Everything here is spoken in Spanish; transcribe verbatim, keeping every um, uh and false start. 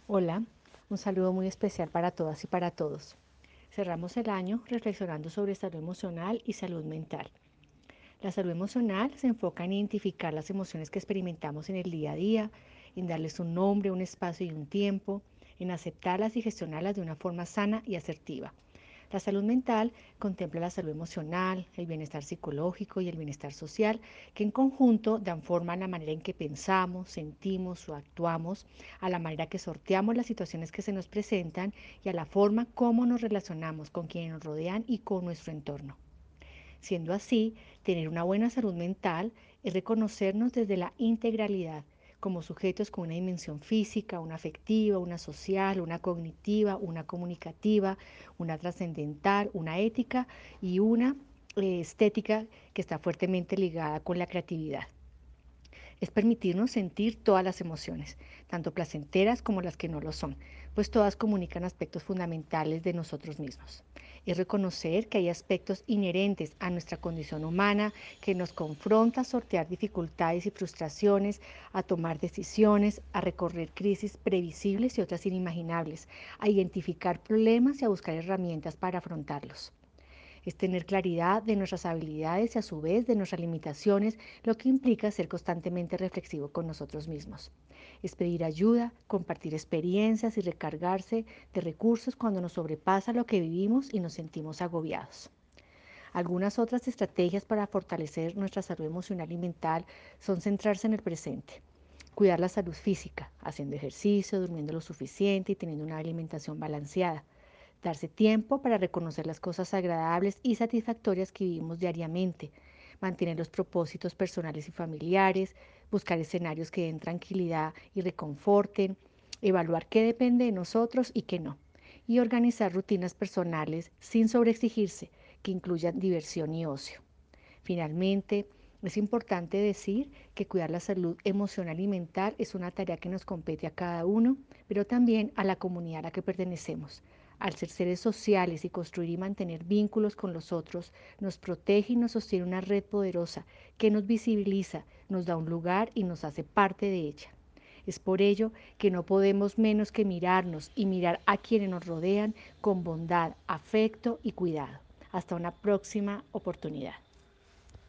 Hola, un saludo muy especial para todas y para todos. Cerramos el año reflexionando sobre salud emocional y salud mental. La salud emocional se enfoca en identificar las emociones que experimentamos en el día a día, en darles un nombre, un espacio y un tiempo, en aceptarlas y gestionarlas de una forma sana y asertiva. La salud mental contempla la salud emocional, el bienestar psicológico y el bienestar social, que en conjunto dan forma a la manera en que pensamos, sentimos o actuamos, a la manera que sorteamos las situaciones que se nos presentan y a la forma como nos relacionamos con quienes nos rodean y con nuestro entorno. Siendo así, tener una buena salud mental es reconocernos desde la integralidad, como sujetos con una dimensión física, una afectiva, una social, una cognitiva, una comunicativa, una trascendental, una ética y una eh, estética que está fuertemente ligada con la creatividad. Es permitirnos sentir todas las emociones, tanto placenteras como las que no lo son, pues todas comunican aspectos fundamentales de nosotros mismos. Es reconocer que hay aspectos inherentes a nuestra condición humana que nos confronta a sortear dificultades y frustraciones, a tomar decisiones, a recorrer crisis previsibles y otras inimaginables, a identificar problemas y a buscar herramientas para afrontarlos. Es tener claridad de nuestras habilidades y a su vez de nuestras limitaciones, lo que implica ser constantemente reflexivo con nosotros mismos. Es pedir ayuda, compartir experiencias y recargarse de recursos cuando nos sobrepasa lo que vivimos y nos sentimos agobiados. Algunas otras estrategias para fortalecer nuestra salud emocional y mental son centrarse en el presente, cuidar la salud física, haciendo ejercicio, durmiendo lo suficiente y teniendo una alimentación balanceada, darse tiempo para reconocer las cosas agradables y satisfactorias que vivimos diariamente, mantener los propósitos personales y familiares, buscar escenarios que den tranquilidad y reconforten, evaluar qué depende de nosotros y qué no, y organizar rutinas personales sin sobreexigirse, que incluyan diversión y ocio. Finalmente, es importante decir que cuidar la salud emocional y mental es una tarea que nos compete a cada uno, pero también a la comunidad a la que pertenecemos. Al ser seres sociales y construir y mantener vínculos con los otros, nos protege y nos sostiene una red poderosa que nos visibiliza, nos da un lugar y nos hace parte de ella. Es por ello que no podemos menos que mirarnos y mirar a quienes nos rodean con bondad, afecto y cuidado. Hasta una próxima oportunidad.